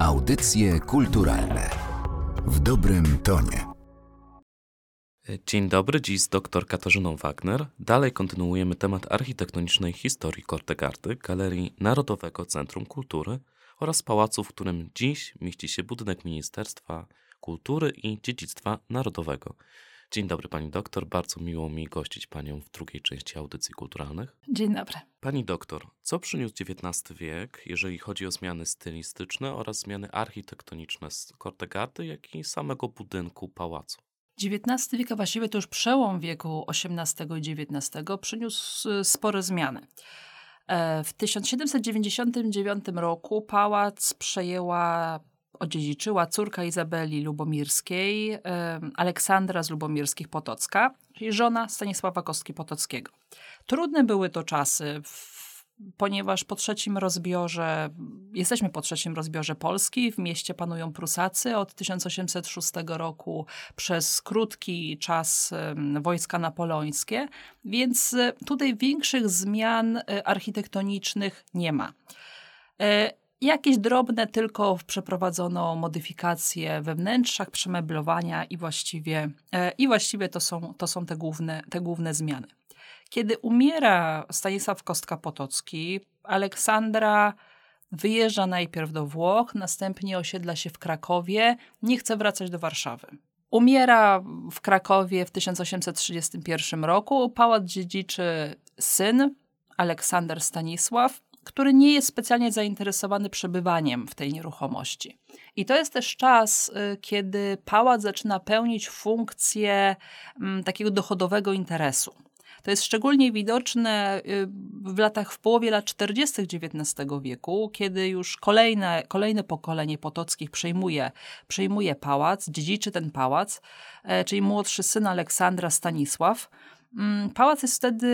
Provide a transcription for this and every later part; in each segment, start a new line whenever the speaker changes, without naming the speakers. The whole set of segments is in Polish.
Audycje kulturalne w dobrym tonie.
Dzień dobry, dziś z dr Katarzyną Wagner. Dalej kontynuujemy temat architektonicznej historii Kortegardy, Galerii Narodowego Centrum Kultury oraz pałacu, w którym dziś mieści się budynek Ministerstwa Kultury i Dziedzictwa Narodowego. Dzień dobry pani doktor, bardzo miło mi gościć panią w drugiej części audycji kulturalnych.
Dzień dobry.
Pani doktor, co przyniósł XIX wiek, jeżeli chodzi o zmiany stylistyczne oraz zmiany architektoniczne z Kortegardy, jak i samego budynku pałacu?
XIX wiek, a właściwie to już przełom wieku XVIII i XIX przyniósł spore zmiany. W 1799 roku pałac odziedziczyła córka Izabeli Lubomirskiej, Aleksandra z Lubomirskich Potocka, czyli żona Stanisława Kostki-Potockiego. Trudne były to czasy, ponieważ jesteśmy po trzecim rozbiorze Polski. W mieście panują Prusacy od 1806 roku przez krótki czas wojska napoleońskie, więc tutaj większych zmian architektonicznych nie ma. Jakieś drobne tylko przeprowadzono modyfikacje we wnętrzach, przemeblowania i właściwie to są te główne zmiany. Kiedy umiera Stanisław Kostka-Potocki, Aleksandra wyjeżdża najpierw do Włoch, następnie osiedla się w Krakowie, nie chce wracać do Warszawy. Umiera w Krakowie w 1831 roku, pałac dziedziczy syn, Aleksander Stanisław, który nie jest specjalnie zainteresowany przebywaniem w tej nieruchomości. I to jest też czas, kiedy pałac zaczyna pełnić funkcję takiego dochodowego interesu. To jest szczególnie widoczne w połowie lat 40. XIX wieku, kiedy już kolejne pokolenie Potockich przejmuje pałac, dziedziczy ten pałac, czyli młodszy syn Aleksandra Stanisław. Pałac jest wtedy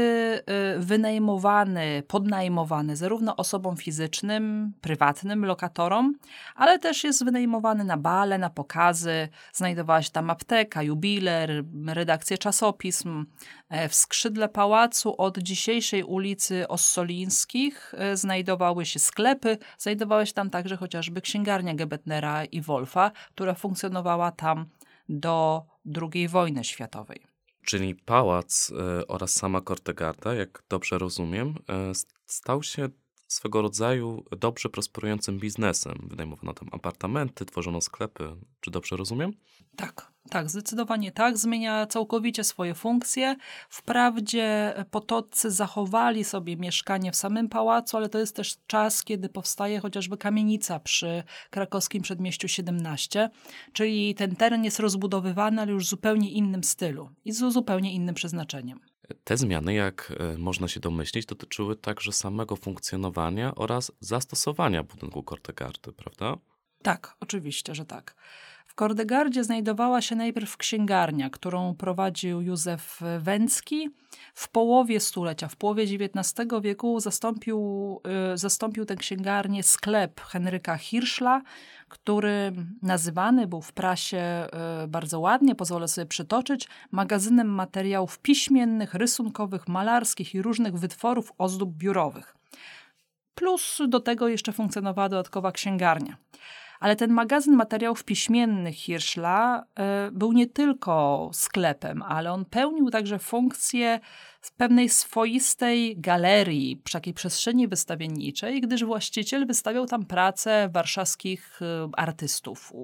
podnajmowany zarówno osobom fizycznym, prywatnym, lokatorom, ale też jest wynajmowany na bale, na pokazy. Znajdowała się tam apteka, jubiler, redakcje czasopism. W skrzydle pałacu od dzisiejszej ulicy Ossolińskich znajdowały się sklepy. Znajdowała się tam także chociażby księgarnia Gebetnera i Wolfa, która funkcjonowała tam do II wojny światowej.
Czyli pałac oraz sama Kortegarda, jak dobrze rozumiem, stał się swego rodzaju dobrze prosperującym biznesem. Wynajmowano tam apartamenty, tworzono sklepy. Czy dobrze rozumiem?
Tak, zdecydowanie tak. Zmienia całkowicie swoje funkcje. Wprawdzie Potoccy zachowali sobie mieszkanie w samym pałacu, ale to jest też czas, kiedy powstaje chociażby kamienica przy krakowskim przedmieściu 17, czyli ten teren jest rozbudowywany, ale już w zupełnie innym stylu i z zupełnie innym przeznaczeniem.
Te zmiany, jak można się domyślić, dotyczyły także samego funkcjonowania oraz zastosowania budynku Kortegardy, prawda?
Tak, oczywiście, że tak. W Kortegardzie znajdowała się najpierw księgarnia, którą prowadził Józef Węcki. W połowie XIX wieku zastąpił tę księgarnię sklep Henryka Hirschla, który nazywany był w prasie bardzo ładnie, pozwolę sobie przytoczyć, magazynem materiałów piśmiennych, rysunkowych, malarskich i różnych wytworów ozdób biurowych. Plus do tego jeszcze funkcjonowała dodatkowa księgarnia. Ale ten magazyn materiałów piśmiennych Hirschla był nie tylko sklepem, ale on pełnił także funkcję pewnej swoistej galerii, takiej przestrzeni wystawienniczej, gdyż właściciel wystawiał tam prace warszawskich artystów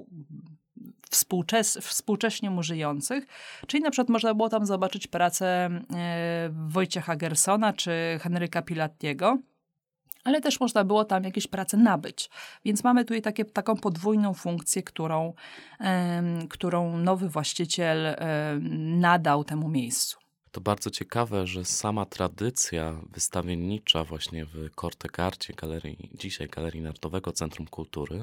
współcześnie mu żyjących. Czyli na przykład można było tam zobaczyć pracę Wojciecha Gersona czy Henryka Pilattiego. Ale też można było tam jakieś prace nabyć. Więc mamy tutaj taką podwójną funkcję, którą nowy właściciel nadał temu miejscu.
To bardzo ciekawe, że sama tradycja wystawiennicza właśnie w Kortegardzie, dzisiaj Galerii Narodowego Centrum Kultury,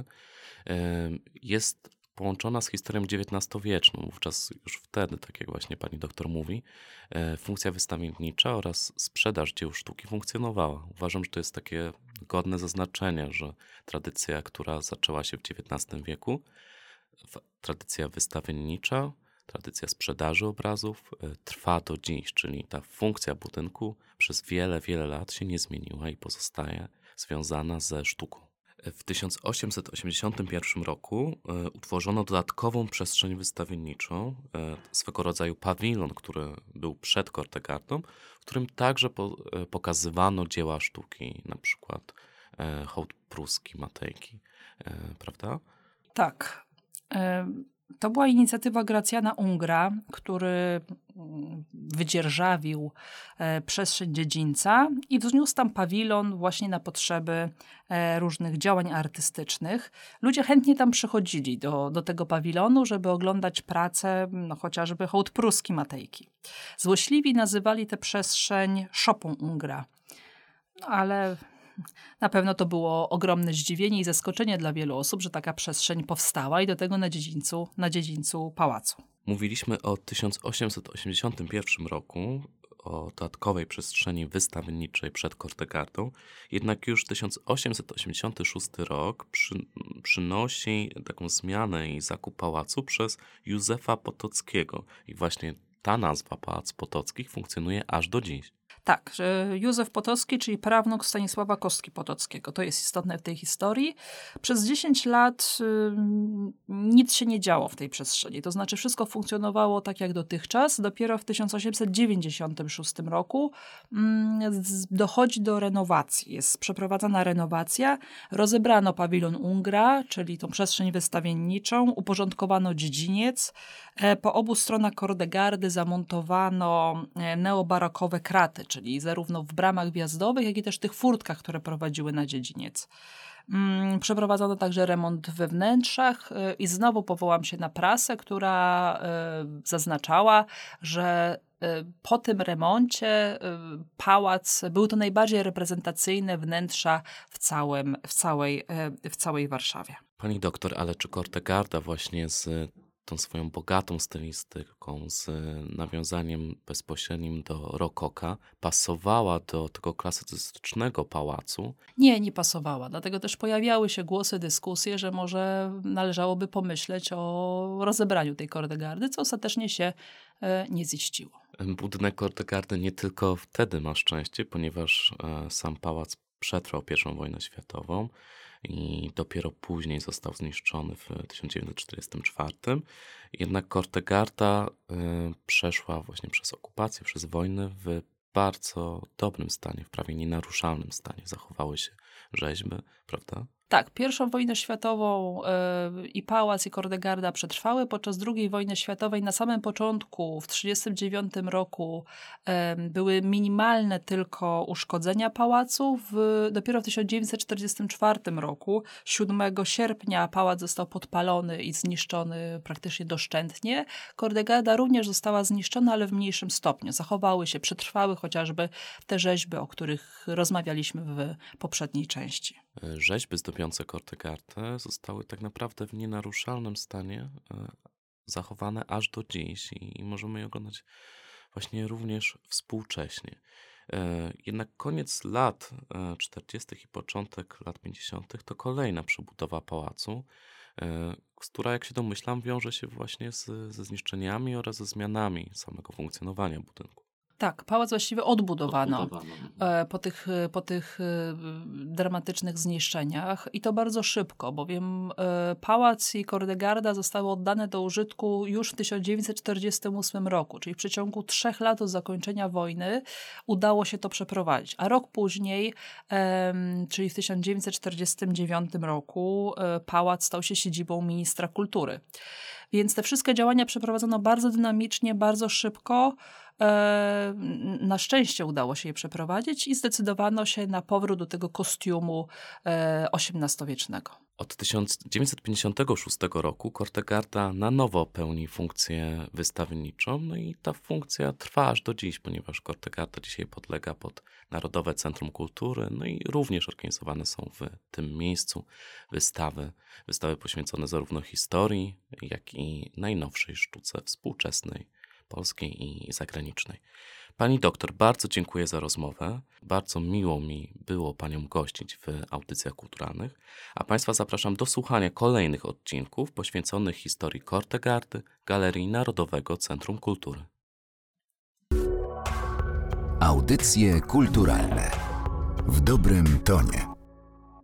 jest połączona z historią XIX-wieczną. Wówczas już wtedy, tak jak właśnie pani doktor mówi, funkcja wystawiennicza oraz sprzedaż dzieł sztuki funkcjonowała. Uważam, że to jest takie godne zaznaczenia, że tradycja, która zaczęła się w XIX wieku, tradycja wystawiennicza, tradycja sprzedaży obrazów trwa do dziś, czyli ta funkcja budynku przez wiele, wiele lat się nie zmieniła i pozostaje związana ze sztuką. W 1881 roku utworzono dodatkową przestrzeń wystawienniczą, swego rodzaju pawilon, który był przed Kortegardą, w którym także pokazywano dzieła sztuki, na przykład hołd pruski Matejki, prawda?
Tak. To była inicjatywa Gracjana Ungra, który wydzierżawił przestrzeń dziedzińca i wzniósł tam pawilon właśnie na potrzeby różnych działań artystycznych. Ludzie chętnie tam przychodzili do tego pawilonu, żeby oglądać pracę, chociażby hołd pruski Matejki. Złośliwi nazywali tę przestrzeń szopą Ungra. Ale na pewno to było ogromne zdziwienie i zaskoczenie dla wielu osób, że taka przestrzeń powstała i do tego na dziedzińcu pałacu.
Mówiliśmy o 1881 roku, o dodatkowej przestrzeni wystawienniczej przed Kortegardą, jednak już 1886 rok przynosi taką zmianę i zakup pałacu przez Józefa Potockiego. I właśnie ta nazwa Pałac Potockich funkcjonuje aż do dziś.
Tak, że Józef Potocki, czyli prawnuk Stanisława Kostki Potockiego. To jest istotne w tej historii. Przez 10 lat nic się nie działo w tej przestrzeni. To znaczy wszystko funkcjonowało tak jak dotychczas. Dopiero w 1896 roku dochodzi do renowacji. Jest przeprowadzana renowacja. Rozebrano pawilon Ungra, czyli tą przestrzeń wystawienniczą. Uporządkowano dziedziniec. Po obu stronach Kortegardy zamontowano neobarokowe kraty, czyli zarówno w bramach wjazdowych, jak i też tych furtkach, które prowadziły na dziedziniec. Przeprowadzono także remont we wnętrzach i znowu powołam się na prasę, która zaznaczała, że po tym remoncie pałac był to najbardziej reprezentacyjne wnętrza w całej Warszawie.
Pani doktor, ale czy Kortegarda właśnie z tą swoją bogatą stylistyką, z nawiązaniem bezpośrednim do rokoka, pasowała do tego klasycystycznego pałacu?
Nie pasowała. Dlatego też pojawiały się głosy, dyskusje, że może należałoby pomyśleć o rozebraniu tej Kortegardy, co ostatecznie się nie ziściło.
Budynek Kortegardy nie tylko wtedy ma szczęście, ponieważ sam pałac przetrwał I wojnę światową i dopiero później został zniszczony w 1944. Jednak Kortegarda przeszła właśnie przez okupację, przez wojnę w bardzo dobrym stanie, w prawie nienaruszalnym stanie. Zachowały się rzeźby, prawda?
Tak, I wojnę światową i pałac, i Kortegarda przetrwały. Podczas II wojny światowej na samym początku, w 1939 roku, były minimalne tylko uszkodzenia pałacu. Dopiero w 1944 roku, 7 sierpnia, pałac został podpalony i zniszczony praktycznie doszczętnie. Kortegarda również została zniszczona, ale w mniejszym stopniu. Zachowały się, przetrwały chociażby te rzeźby, o których rozmawialiśmy w poprzedniej części.
Rzeźby zdobiące Kortegardę zostały tak naprawdę w nienaruszalnym stanie zachowane aż do dziś i możemy je oglądać właśnie również współcześnie. Jednak koniec lat 40. i początek lat 50. to kolejna przebudowa pałacu, która, jak się domyślam, wiąże się właśnie ze zniszczeniami oraz ze zmianami samego funkcjonowania budynku.
Tak, pałac właściwie odbudowano po tych dramatycznych zniszczeniach i to bardzo szybko, bowiem pałac i Kortegarda zostały oddane do użytku już w 1948 roku, czyli w przeciągu 3 lat od zakończenia wojny udało się to przeprowadzić, a rok później, czyli w 1949 roku, pałac stał się siedzibą ministra kultury. Więc te wszystkie działania przeprowadzono bardzo dynamicznie, bardzo szybko. Na szczęście udało się je przeprowadzić i zdecydowano się na powrót do tego kostiumu XVIII-wiecznego.
Od 1956 roku Kortegarda na nowo pełni funkcję wystawienniczą, no i ta funkcja trwa aż do dziś, ponieważ Kortegarda dzisiaj podlega pod Narodowe Centrum Kultury, no i również organizowane są w tym miejscu wystawy poświęcone zarówno historii, jak i najnowszej sztuce współczesnej, polskiej i zagranicznej. Pani doktor, bardzo dziękuję za rozmowę. Bardzo miło mi było Panią gościć w audycjach kulturalnych, a Państwa zapraszam do słuchania kolejnych odcinków poświęconych historii Kortegardy, Galerii Narodowego Centrum Kultury.
Audycje kulturalne w dobrym tonie.